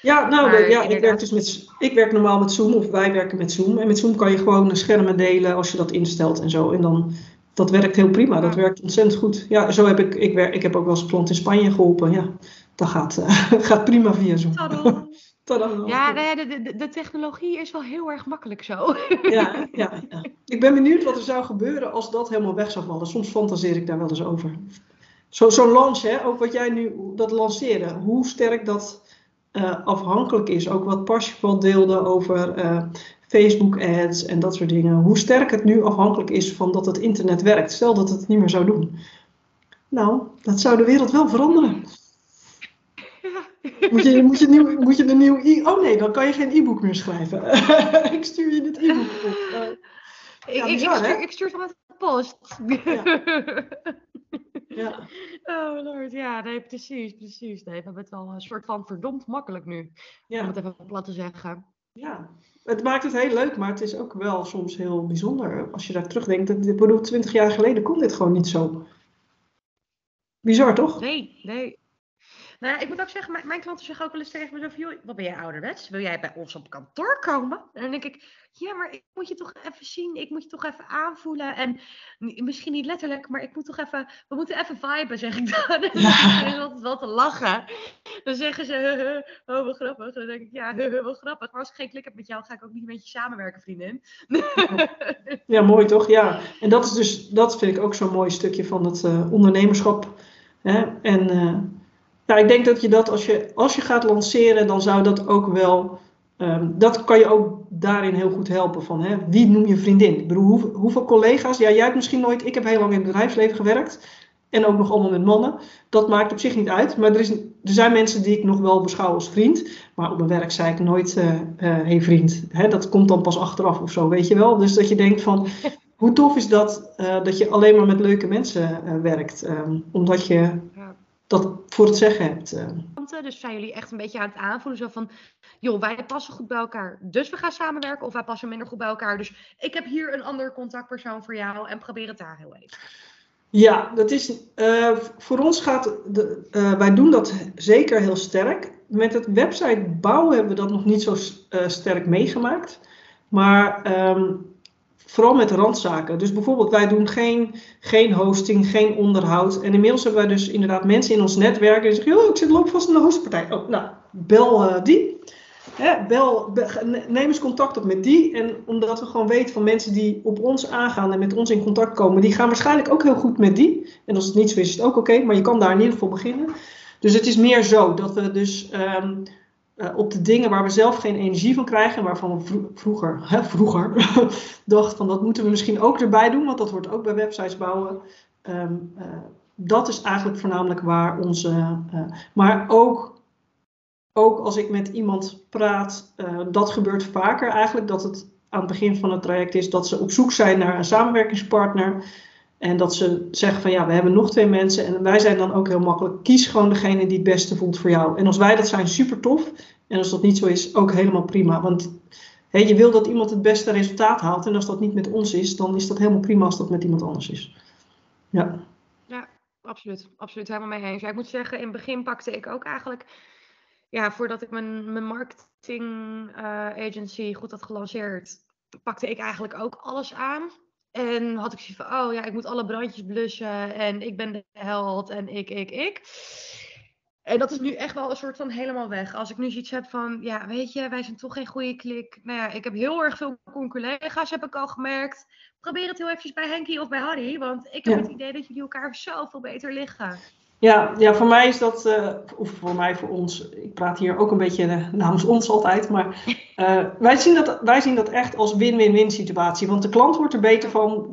ik werk normaal met Zoom of wij werken met Zoom. En met Zoom kan je gewoon schermen delen als je dat instelt en zo. En dan, dat werkt heel prima, dat werkt ontzettend goed. Ja, zo heb ik heb ook wel eens een klant in Spanje geholpen. Ja, dat gaat prima via Zoom. Ja, de technologie is wel heel erg makkelijk zo. Ja. Ik ben benieuwd wat er zou gebeuren als dat helemaal weg zou vallen. Soms fantaseer ik daar wel eens over. Zo'n launch, hè, ook wat jij nu, dat lanceren, hoe sterk dat afhankelijk is. Ook wat Parsifal deelde over Facebook ads en dat soort dingen. Hoe sterk het nu afhankelijk is van dat het internet werkt. Stel dat het niet meer zou doen. Nou, dat zou de wereld wel veranderen. Moet je een nieuw oh nee, dan kan je geen e-book meer schrijven. Ik stuur je dit e-book op. Ik stuur het post. Ja. Ja. Oh lord, ja, nee, precies. Nee, we hebben het al een soort van verdomd makkelijk nu. Om Ja. het even plat te zeggen. Ja. Het maakt het heel leuk, maar het is ook wel soms heel bijzonder. Als je daar terugdenkt, ik bedoel, 20 jaar geleden kon dit gewoon niet zo. Bizar, toch? Nee. Nou ja, ik moet ook zeggen, mijn klanten zeggen ook wel eens tegen me zo van, joh, wat ben jij ouderwets? Wil jij bij ons op kantoor komen? En dan denk ik, ja, maar ik moet je toch even zien, ik moet je toch even aanvoelen. En misschien niet letterlijk, maar we moeten even viben, zeg ik dan. En dan begin ik altijd wel te lachen. Dan zeggen ze, oh, wat grappig. En dan denk ik, ja, wat grappig. Maar als ik geen klik heb met jou, ga ik ook niet met je samenwerken, vriendin. Ja, mooi toch? Ja. En dat is dus, dat vind ik ook zo'n mooi stukje van het ondernemerschap. Hè? En ja, ik denk dat je dat als je gaat lanceren, dan zou dat ook wel, dat kan je ook daarin heel goed helpen. Van, hè, wie noem je vriendin? Ik bedoel, hoeveel collega's, ja, jij hebt misschien nooit, ik heb heel lang in het bedrijfsleven gewerkt. En ook nog allemaal met mannen. Dat maakt op zich niet uit. Maar er zijn mensen die ik nog wel beschouw als vriend. Maar op mijn werk zei ik nooit, hey vriend. Hè, dat komt dan pas achteraf of zo, weet je wel. Dus dat je denkt van, hoe tof is dat, dat je alleen maar met leuke mensen werkt. Omdat je dat voor het zeggen hebt. Dus zijn jullie echt een beetje aan het aanvoelen, zo van, joh, wij passen goed bij elkaar, dus we gaan samenwerken, of wij passen minder goed bij elkaar, dus ik heb hier een andere contactpersoon voor jou en probeer het daar heel even. Ja, dat is, voor ons wij doen dat zeker heel sterk. Met het website bouwen hebben we dat nog niet zo sterk meegemaakt. Maar vooral met randzaken. Dus bijvoorbeeld wij doen geen hosting, geen onderhoud. En inmiddels hebben wij dus inderdaad mensen in ons netwerk die zeggen, joh, ik loop vast in de hostpartij. Oh, nou, bel die. Neem eens contact op met die. En omdat we gewoon weten van mensen die op ons aangaan en met ons in contact komen, die gaan waarschijnlijk ook heel goed met die. En als het niet zo is, is het ook oké, maar je kan daar in ieder geval beginnen. Dus het is meer zo dat we dus op de dingen waar we zelf geen energie van krijgen, waarvan we vroeger dachten van dat moeten we misschien ook erbij doen, want dat wordt ook bij websites bouwen. Dat is eigenlijk voornamelijk waar onze, maar ook als ik met iemand praat, dat gebeurt vaker eigenlijk, dat het aan het begin van het traject is dat ze op zoek zijn naar een samenwerkingspartner. En dat ze zeggen van ja, we hebben nog 2 mensen en wij zijn dan ook heel makkelijk. Kies gewoon degene die het beste voelt voor jou. En als wij dat zijn, super tof. En als dat niet zo is, ook helemaal prima. Want je wil dat iemand het beste resultaat haalt. En als dat niet met ons is, dan is dat helemaal prima als dat met iemand anders is. Ja. Ja, absoluut. Absoluut, helemaal mee eens. Ja, ik moet zeggen, in het begin pakte ik ook eigenlijk, ja, voordat ik mijn marketing agency goed had gelanceerd, pakte ik eigenlijk ook alles aan. En had ik zoiets van, oh ja, ik moet alle brandjes blussen en ik ben de held en ik. En dat is nu echt wel een soort van helemaal weg. Als ik nu zoiets heb van, ja, weet je, wij zijn toch geen goede klik. Nou ja, ik heb heel erg veel collega's, heb ik al gemerkt. Probeer het heel eventjes bij Henkie of bij Harry, want ik heb het idee dat jullie elkaar zoveel beter liggen. Ja, voor mij is dat, of voor ons, ik praat hier ook een beetje namens ons altijd, maar wij zien dat echt als win-win-win situatie. Want de klant wordt er beter van,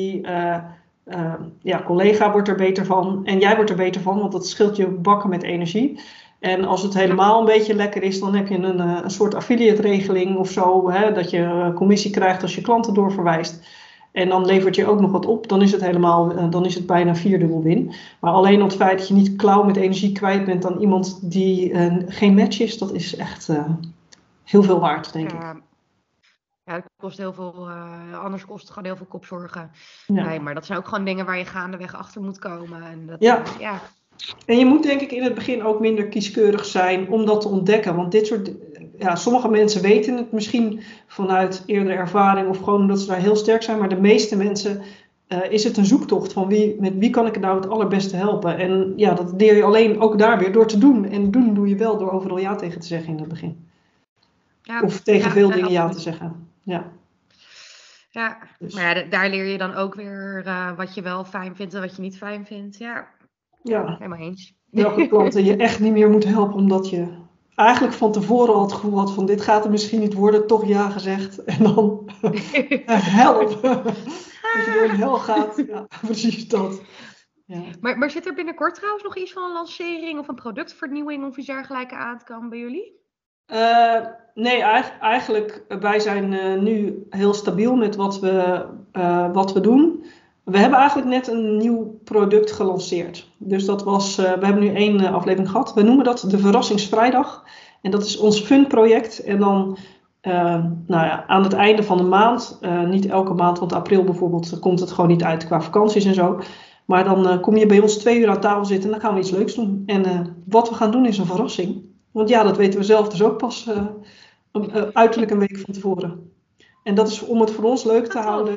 collega wordt er beter van en jij wordt er beter van, want dat scheelt je bakken met energie. En als het helemaal een beetje lekker is, dan heb je een soort affiliate regeling of zo, hè, dat je commissie krijgt als je klanten doorverwijst. En dan levert je ook nog wat op, dan is het bijna 4-dubbel win. Maar alleen op het feit dat je niet klauw met energie kwijt bent aan iemand die geen match is, dat is echt heel veel waard, denk ik. Ja, het kost heel veel, anders kost het gewoon heel veel kopzorgen. Ja. Nee, maar dat zijn ook gewoon dingen waar je gaandeweg achter moet komen. En dat, ja. Ja. En je moet denk ik in het begin ook minder kieskeurig zijn om dat te ontdekken. Want dit soort, sommige mensen weten het misschien vanuit eerdere ervaring of gewoon omdat ze daar heel sterk zijn. Maar de meeste mensen is het een zoektocht van met wie kan ik het nou het allerbeste helpen. En ja, dat leer je alleen ook daar weer door te doen. En doen doe je wel door overal ja tegen te zeggen in het begin. Ja, of tegen veel dingen ja te zeggen. Ja. Ja, dus. Maar ja, daar leer je dan ook weer wat je wel fijn vindt en wat je niet fijn vindt. Ja, helemaal eens. Welke klanten je echt niet meer moet helpen, omdat je eigenlijk van tevoren al het gevoel had van dit gaat er misschien niet worden, toch ja gezegd. En dan help. Dat je door een hel gaat. Ja, precies dat. Ja. Maar zit er binnenkort trouwens nog iets van een lancering of een productvernieuwing of iets dergelijks aan te komen bij jullie? Nee, eigenlijk wij zijn nu heel stabiel met wat we doen. We hebben eigenlijk net een nieuw product gelanceerd. Dus dat was, we hebben nu 1 aflevering gehad. We noemen dat de Verrassingsvrijdag. En dat is ons fun project. En dan aan het einde van de maand, niet elke maand, want april bijvoorbeeld komt het gewoon niet uit qua vakanties en zo. Maar dan kom je bij ons 2 uur aan tafel zitten en dan gaan we iets leuks doen. En wat we gaan doen is een verrassing. Want ja, dat weten we zelf dus ook pas uiterlijk een week van tevoren. En dat is om het voor ons leuk te houden.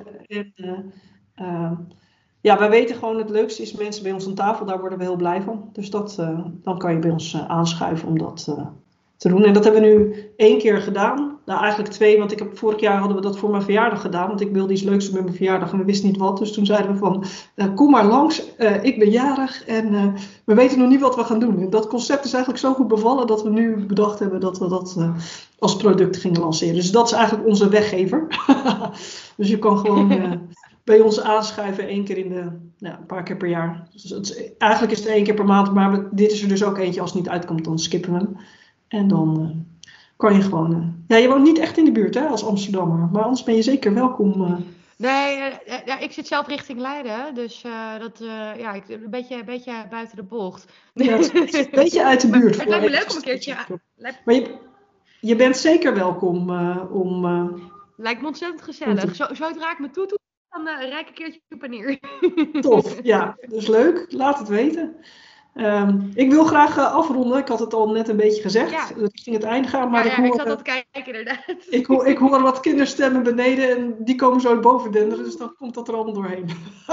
En, wij weten gewoon het leukste is mensen bij ons aan tafel. Daar worden we heel blij van. Dus dan kan je bij ons aanschuiven om dat te doen. En dat hebben we nu 1 keer gedaan. Nou, eigenlijk 2, want vorig jaar hadden we dat voor mijn verjaardag gedaan. Want ik wilde iets leuks doen met mijn verjaardag en we wisten niet wat. Dus toen zeiden we van, kom maar langs. Ik ben jarig en we weten nog niet wat we gaan doen. En dat concept is eigenlijk zo goed bevallen dat we nu bedacht hebben dat we dat als product gingen lanceren. Dus dat is eigenlijk onze weggever. Dus je kan gewoon bij ons aanschuiven 1 keer een paar keer per jaar. Dus eigenlijk is het 1 keer per maand, maar dit is er dus ook eentje. Als het niet uitkomt, dan skippen we hem. En dan kan je gewoon... je woont niet echt in de buurt hè, als Amsterdammer. Maar anders ben je zeker welkom. Nee, ik zit zelf richting Leiden. Dus een beetje buiten de bocht. Ja, het is een beetje uit de buurt. Het lijkt me leuk om een keertje... Maar je bent zeker welkom om... Lijkt me ontzettend gezellig. Zodra ik me toedoe, dan rijd ik een keertje op en neer. Tof, ja. Dus leuk. Laat het weten. Ik wil graag afronden. Ik had het al net een beetje gezegd. Ja. Richting het einde gaan. Maar ik zat al te kijken inderdaad. Ik hoor wat kinderstemmen beneden en die komen zo boven denderen. Dus dan komt dat er allemaal doorheen.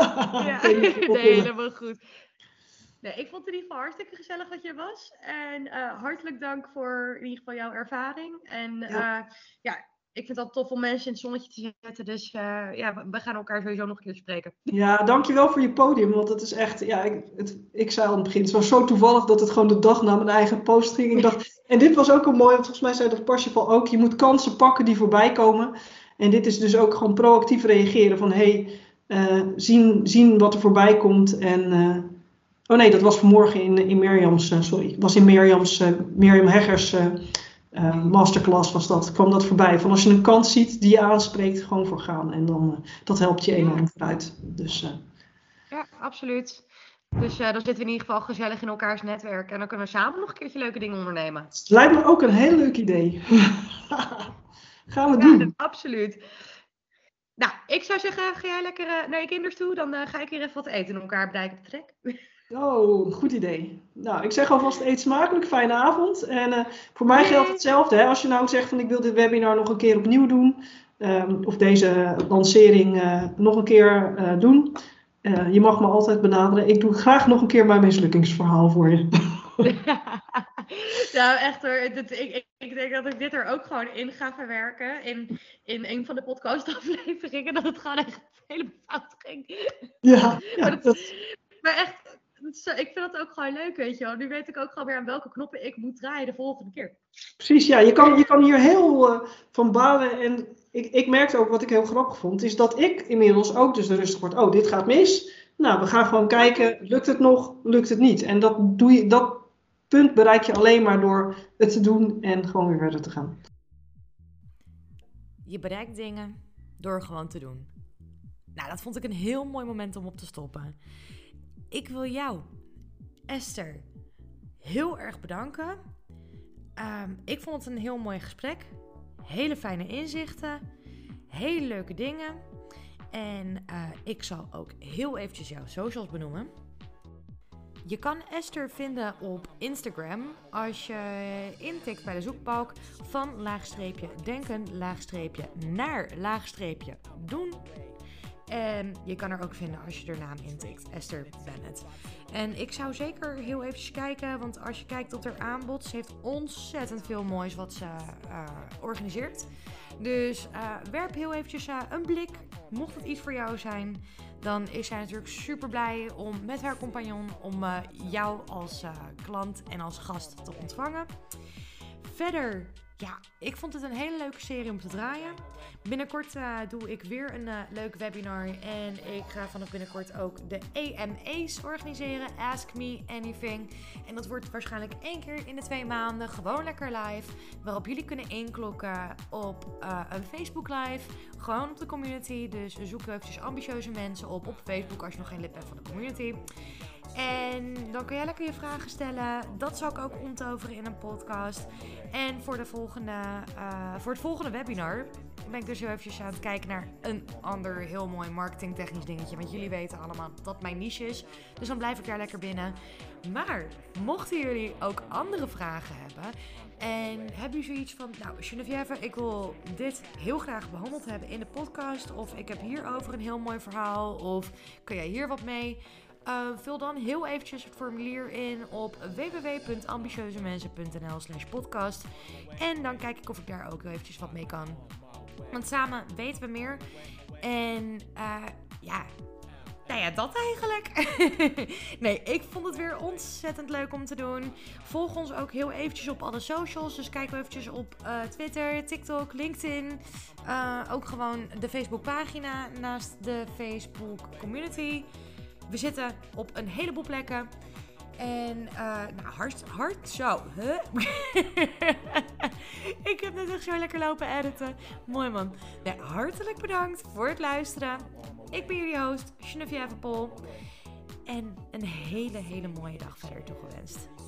Helemaal goed. Nee, ik vond het in ieder geval hartstikke gezellig dat je er was. En hartelijk dank voor in ieder geval jouw ervaring. En ik vind het altijd tof om mensen in het zonnetje te zetten. Dus we gaan elkaar sowieso nog een keer spreken. Ja, dankjewel voor je podium. Want het is echt, ik zei al in het begin, het was zo toevallig dat het gewoon de dag na mijn eigen post ging. Ik dacht, en dit was ook een mooi, want volgens mij zei dat Parsifal ook. Je moet kansen pakken die voorbij komen. En dit is dus ook gewoon proactief reageren van, zien wat er voorbij komt. En, dat was vanmorgen in Mirjam's, Mirjam Heggers masterclass was dat, kwam dat voorbij. Van als je een kans ziet die je aanspreekt, gewoon voor gaan. En dan, dat helpt je enorm vooruit. Dus, Ja, absoluut. Dus dan zitten we in ieder geval gezellig in elkaars netwerk. En dan kunnen we samen nog een keertje leuke dingen ondernemen. Lijkt me ook een heel leuk idee. Gaan we doen. Absoluut. Nou, ik zou zeggen, ga jij lekker naar je kinders toe. Dan ga ik hier even wat eten en elkaar bereiken op de trek. Oh, goed idee. Nou, ik zeg alvast eet smakelijk, fijne avond. En voor mij geldt hetzelfde. Hè? Als je nou zegt van ik wil dit webinar nog een keer opnieuw doen. Of deze lancering nog een keer doen. Je mag me altijd benaderen. Ik doe graag nog een keer mijn mislukkingsverhaal voor je. Nou, echt hoor. Ik denk dat ik dit er ook gewoon in ga verwerken. In een van de podcastafleveringen. Dat het gewoon echt helemaal fout ging. Ja. Maar echt, ik vind dat ook gewoon leuk, weet je wel. Nu weet ik ook gewoon weer aan welke knoppen ik moet draaien de volgende keer. Precies, ja. Je kan hier heel van balen. En ik merkte ook, wat ik heel grappig vond, is dat ik inmiddels ook dus rustig word. Oh, dit gaat mis. Nou, we gaan gewoon kijken. Lukt het nog? Lukt het niet? En dat punt bereik je alleen maar door het te doen en gewoon weer verder te gaan. Je bereikt dingen door gewoon te doen. Nou, dat vond ik een heel mooi moment om op te stoppen. Ik wil jou, Esther, heel erg bedanken. Ik vond het een heel mooi gesprek. Hele fijne inzichten. Hele leuke dingen. En ik zal ook heel eventjes jouw socials benoemen. Je kan Esther vinden op Instagram als je intikt bij de zoekbalk van _denken _naar _doen. En je kan er ook vinden als je de naam intikt, Esther Bennett. En ik zou zeker heel eventjes kijken, want als je kijkt op haar aanbod, ze heeft ontzettend veel moois wat ze organiseert. Dus werp heel eventjes een blik. Mocht het iets voor jou zijn, dan is zij natuurlijk super blij om met haar compagnon om jou als klant en als gast te ontvangen. verder, ja, ik vond het een hele leuke serie om te draaien. Binnenkort doe ik weer een leuk webinar. En ik ga vanaf binnenkort ook de AMA's organiseren. Ask Me Anything. En dat wordt waarschijnlijk 1 keer in de 2 maanden. Gewoon lekker live. Waarop jullie kunnen inklokken op een Facebook live. Gewoon op de community. Dus zoek eventjes ambitieuze mensen op Facebook als je nog geen lid bent van de community. En dan kun jij lekker je vragen stellen. Dat zal ik ook omtoveren in een podcast. En voor het volgende webinar ben ik dus heel eventjes aan het kijken naar een ander heel mooi marketingtechnisch dingetje. Want jullie weten allemaal dat dat mijn niche is. Dus dan blijf ik daar lekker binnen. Maar mochten jullie ook andere vragen hebben. En heb je zoiets van, nou Geneviève, ik wil dit heel graag behandeld hebben in de podcast. Of ik heb hierover een heel mooi verhaal. Of kun jij hier wat mee? Vul dan heel eventjes het formulier in op www.ambitieuzemensen.nl/podcast. En dan kijk ik of ik daar ook heel eventjes wat mee kan. Want samen weten we meer. En nou ja, dat eigenlijk. Nee, ik vond het weer ontzettend leuk om te doen. Volg ons ook heel eventjes op alle socials. Dus kijk eventjes op Twitter, TikTok, LinkedIn. Ook gewoon de Facebook pagina naast de Facebook community. We zitten op een heleboel plekken. En hard zo. Huh? Ik heb net echt zo lekker lopen editen. Mooi man. Nee, hartelijk bedankt voor het luisteren. Ik ben jullie host, Geneviève Pol. En een hele mooie dag verder toegewenst.